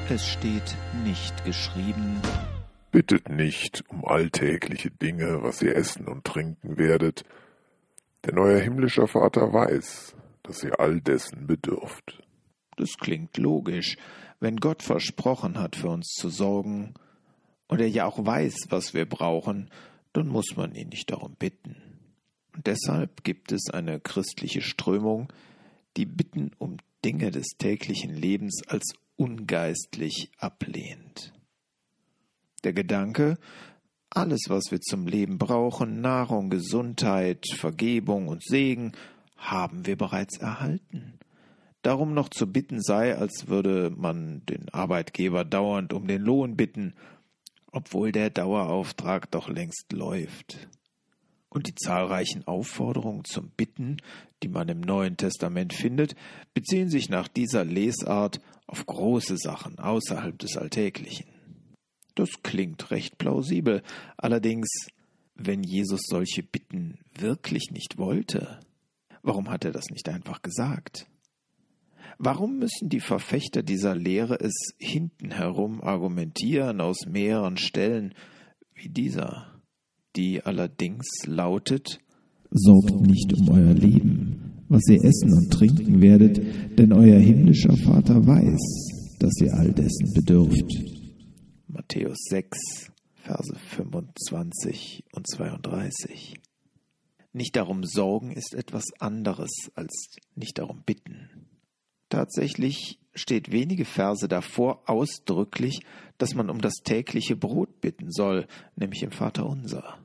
Es steht nicht geschrieben: Bittet nicht um alltägliche Dinge, was ihr essen und trinken werdet, denn euer himmlischer Vater weiß, dass ihr all dessen bedürft. Das klingt logisch, wenn Gott versprochen hat, für uns zu sorgen, und er ja auch weiß, was wir brauchen, dann muss man ihn nicht darum bitten. Und deshalb gibt es eine christliche Strömung, die Bitten um Dinge des täglichen Lebens als ungeistlich ablehnt. Der Gedanke, alles, was wir zum Leben brauchen, Nahrung, Gesundheit, Vergebung und Segen, haben wir bereits erhalten. Darum noch zu bitten sei, als würde man den Arbeitgeber dauernd um den Lohn bitten, obwohl der Dauerauftrag doch längst läuft. Und die zahlreichen Aufforderungen zum Bitten, die man im Neuen Testament findet, beziehen sich nach dieser Lesart auf große Sachen außerhalb des Alltäglichen. Das klingt recht plausibel, allerdings, wenn Jesus solche Bitten wirklich nicht wollte, warum hat er das nicht einfach gesagt? Warum müssen die Verfechter dieser Lehre es hinten herum argumentieren aus mehreren Stellen wie dieser, die allerdings lautet: Sorgt nicht um euer Leben, was ihr essen und trinken werdet, denn euer himmlischer Vater weiß, dass ihr all dessen bedürft. Matthäus 6, Verse 25 und 32. Nicht darum sorgen ist etwas anderes als nicht darum bitten. Tatsächlich steht wenige Verse davor ausdrücklich, dass man um das tägliche Brot bitten soll, nämlich im Vaterunser.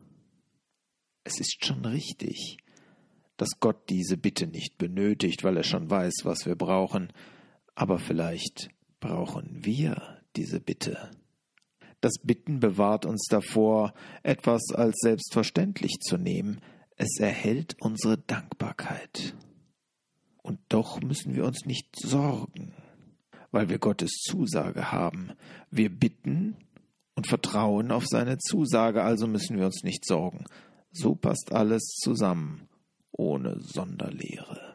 Es ist schon richtig, dass Gott diese Bitte nicht benötigt, weil er schon weiß, was wir brauchen, aber vielleicht brauchen wir diese Bitte. Das Bitten bewahrt uns davor, etwas als selbstverständlich zu nehmen. Es erhält unsere Dankbarkeit. Und doch müssen wir uns nicht sorgen, weil wir Gottes Zusage haben. Wir bitten und vertrauen auf seine Zusage, also müssen wir uns nicht sorgen. So passt alles zusammen, ohne Sonderlehre.